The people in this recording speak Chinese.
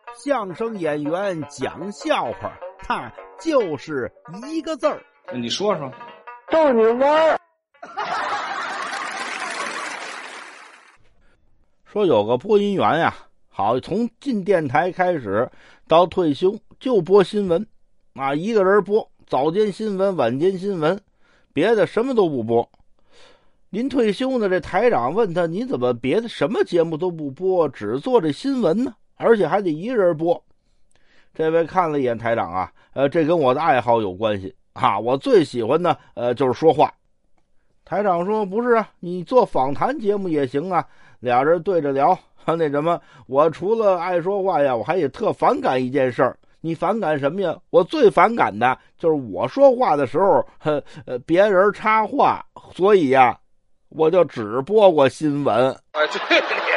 相声演员讲笑话，他就是一个字儿。 你说说。 逗你玩儿。 说有个播音员呀，好，从进电台开始到退休就播新闻啊，一个人播早间新闻、晚间新闻，别的什么都不播。临退休呢，这台长问他：“你怎么别的什么节目都不播，只做这新闻呢？而且还得一人播？”这位看了一眼台长啊，这跟我的爱好有关系啊，我最喜欢的就是说话。台长说：“不是啊，你做访谈节目也行啊，俩人对着聊。那什么，我除了爱说话呀，我还也特反感一件事儿。你反感什么呀？我最反感的就是我说话的时候，别人插话，所以呀，我就只播过新闻。” 哎，对。